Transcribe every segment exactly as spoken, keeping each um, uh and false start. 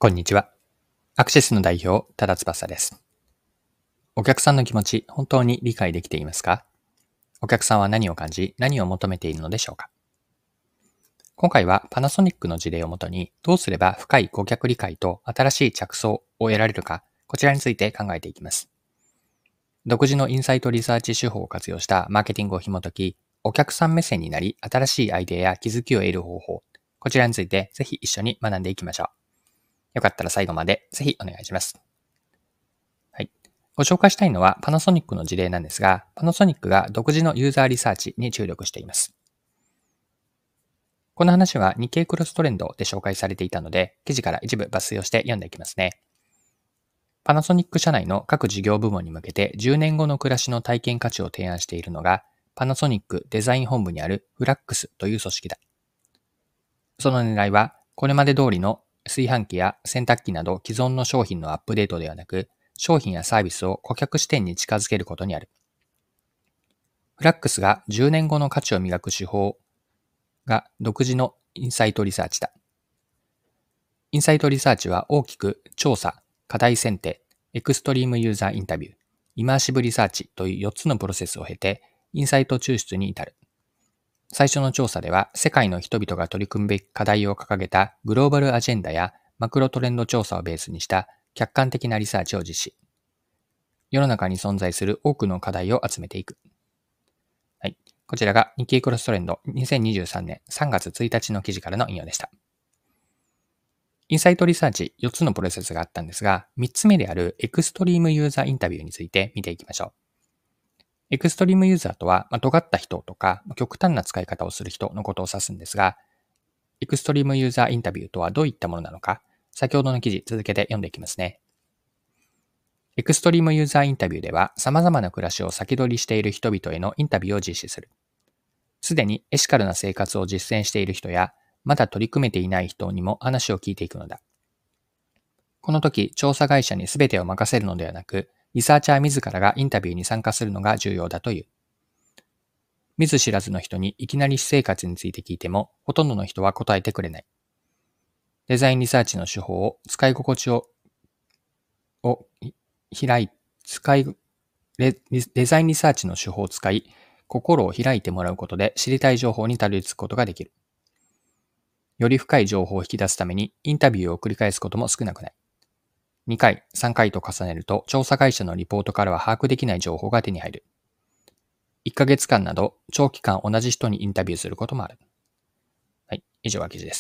こんにちは。アクシスの代表、多田翼です。お客さんの気持ち、本当に理解できていますか？お客さんは何を感じ、何を求めているのでしょうか？今回はパナソニックの事例をもとに、どうすれば深い顧客理解と新しい着想を得られるか、こちらについて考えていきます。独自のインサイトリサーチ手法を活用したマーケティングを紐解き、お客さん目線になり、新しいアイデアや気づきを得る方法、こちらについてぜひ一緒に学んでいきましょう。よかったら最後までぜひお願いします。はい。ご紹介したいのはパナソニックの事例なんですが、パナソニックが独自のユーザーリサーチに注力しています。この話は日経クロストレンドで紹介されていたので、記事から一部抜粋をして読んでいきますね。パナソニック社内の各事業部門に向けてじゅうねんごの暮らしの体験価値を提案しているのが、パナソニックデザイン本部にあるフラックスという組織だ。その狙いは、これまで通りの炊飯器や洗濯機など既存の商品のアップデートではなく、商品やサービスを顧客視点に近づけることにある。フラックスがじゅうねんごの価値を磨く手法が独自のインサイトリサーチだ。インサイトリサーチは大きく調査、課題選定、エクストリームユーザーインタビュー、イマーシブリサーチというよっつのプロセスを経て、インサイト抽出に至る。最初の調査では、世界の人々が取り組むべき課題を掲げたグローバルアジェンダやマクロトレンド調査をベースにした客観的なリサーチを実施。世の中に存在する多くの課題を集めていく。はい。こちらが日経クロストレンドにせんにじゅうさんねんさんがつついたちの記事からの引用でした。インサイトリサーチよっつのプロセスがあったんですが、みっつめであるエクストリームユーザーインタビューについて見ていきましょう。エクストリームユーザーとは、まあ、尖った人とか極端な使い方をする人のことを指すんですが、エクストリームユーザーインタビューとはどういったものなのか、先ほどの記事続けて読んでいきますね。エクストリームユーザーインタビューでは、様々な暮らしを先取りしている人々へのインタビューを実施する。すでにエシカルな生活を実践している人や、まだ取り組めていない人にも話を聞いていくのだ。この時、調査会社に全てを任せるのではなく、リサーチャー自らがインタビューに参加するのが重要だという。見ず知らずの人にいきなり私生活について聞いても、ほとんどの人は答えてくれない。デザインリサーチの手法を使い心地を、を開い、使いデ、デザインリサーチの手法を使い、心を開いてもらうことで知りたい情報にたどり着くことができる。より深い情報を引き出すためにインタビューを繰り返すことも少なくない。にかい、さんかいと重ねると調査会社のリポートからは把握できない情報が手に入る。いっかげつかんなど長期間同じ人にインタビューすることもある。はい、以上が記事です。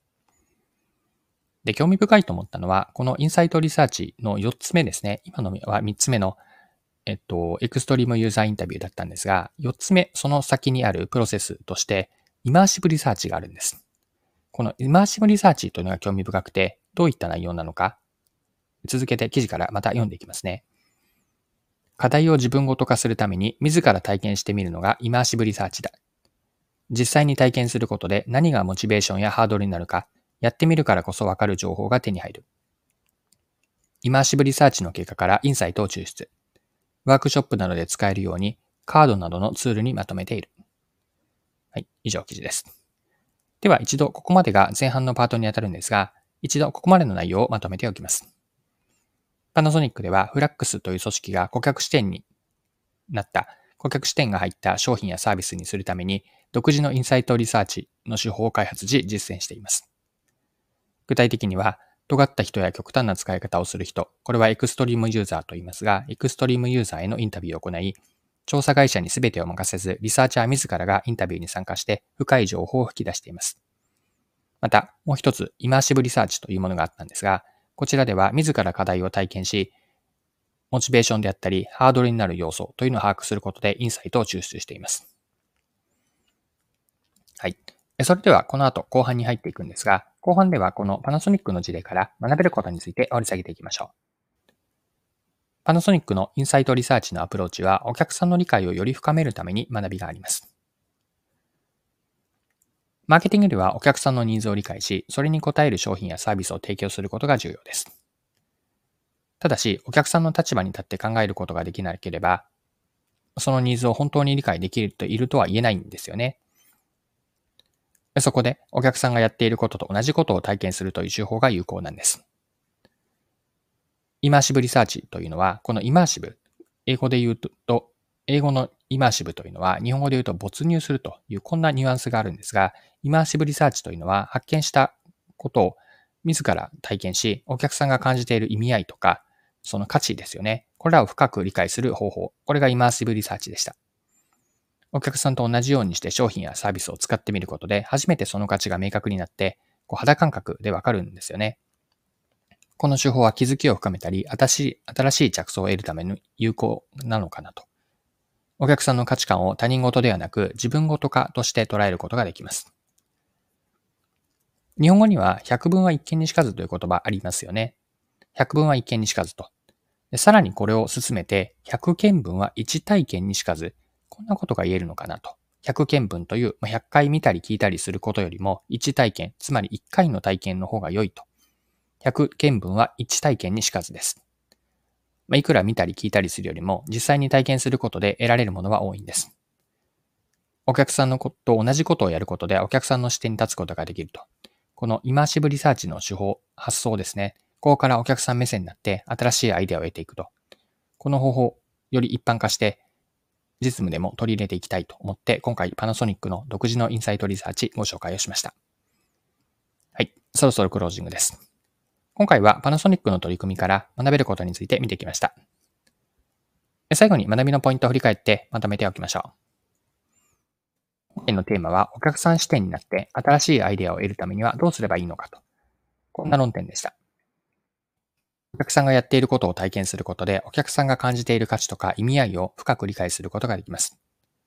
で、興味深いと思ったのは、このインサイトリサーチのよっつめですね。今のはみっつめの、えっと、エクストリームユーザーインタビューだったんですが、よっつめ、その先にあるプロセスとして、イマーシブリサーチがあるんです。このイマーシブリサーチというのが興味深くて、どういった内容なのか、続けて記事からまた読んでいきますね。課題を自分ごと化するために自ら体験してみるのがイマーシブリサーチだ。実際に体験することで何がモチベーションやハードルになるか、やってみるからこそわかる情報が手に入る。イマーシブリサーチの結果からインサイトを抽出。ワークショップなどで使えるようにカードなどのツールにまとめている。はい、以上記事です。では一度ここまでが前半のパートにあたるんですが、一度ここまでの内容をまとめておきます。パナソニックではフラックスという組織が顧客視点になった顧客視点が入った商品やサービスにするために独自のインサイトリサーチの手法を開発し実践しています。具体的には、尖った人や極端な使い方をする人、これはエクストリームユーザーと言いますが、エクストリームユーザーへのインタビューを行い、調査会社に全てを任せず、リサーチャー自らがインタビューに参加して深い情報を引き出しています。また、もう一つ、イマーシブリサーチというものがあったんですが、こちらでは自ら課題を体験し、モチベーションであったり、ハードルになる要素というのを把握することでインサイトを抽出しています。はい。それではこの後後半に入っていくんですが、後半ではこのパナソニックの事例から学べることについて掘り下げていきましょう。パナソニックのインサイトリサーチのアプローチはお客さんの理解をより深めるために学びがあります。マーケティングではお客さんのニーズを理解し、それに応える商品やサービスを提供することが重要です。ただし、お客さんの立場に立って考えることができなければ、そのニーズを本当に理解できているとは言えないんですよね。そこで、お客さんがやっていることと同じことを体験するという手法が有効なんです。 イマーシブリサーチというのは、このイマーシブ、英語で言うと、英語のイマーシブというのは、日本語で言うと没入するというこんなニュアンスがあるんですが、イマーシブリサーチというのは発見したことを自ら体験し、お客さんが感じている意味合いとか、その価値ですよね。これらを深く理解する方法。これがイマーシブリサーチでした。お客さんと同じようにして商品やサービスを使ってみることで、初めてその価値が明確になって、こう肌感覚でわかるんですよね。この手法は気づきを深めたり、新しい、新しい着想を得るために有効なのかなと。お客さんの価値観を他人事ではなく自分事化として捉えることができます。日本語には百聞は一見にしかずという言葉ありますよね。百聞は一見にしかずと。でさらにこれを進めて、百見聞は一体験にしかず、こんなことが言えるのかなと。百見聞という、ひゃっかい見たり聞いたりすることよりも、一体験、つまり一回の体験の方が良いと。百見聞は一体験にしかずです。いくら見たり聞いたりするよりも、実際に体験することで得られるものは多いんです。お客さんのことと同じことをやることで、お客さんの視点に立つことができると。このイマーシブリサーチの手法、発想ですね。ここからお客さん目線になって新しいアイデアを得ていくと。この方法、より一般化して、実務でも取り入れていきたいと思って、今回パナソニックの独自のインサイトリサーチご紹介をしました。はい、そろそろクロージングです。今回はパナソニックの取り組みから学べることについて見てきました。最後に学びのポイントを振り返ってまとめておきましょう。今回のテーマはお客さん視点になって新しいアイデアを得るためにはどうすればいいのかと。こんな論点でした。お客さんがやっていることを体験することでお客さんが感じている価値とか意味合いを深く理解することができます。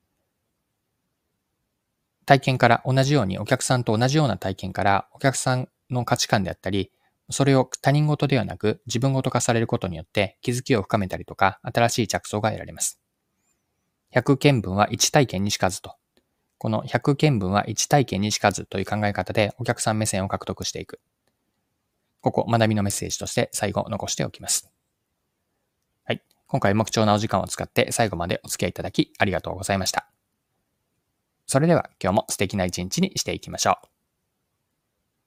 体験から同じようにお客さんと同じような体験からお客さんの価値観であったり、それを他人事ではなく自分事化されることによって気づきを深めたりとか新しい着想が得られます。百見聞は一体験にしかずと。この百見聞は一体験にしかずという考え方でお客さん目線を獲得していく。ここ学びのメッセージとして最後残しておきます。はい。今回も貴重なお時間を使って最後までお付き合いいただきありがとうございました。それでは今日も素敵な一日にしていきましょう。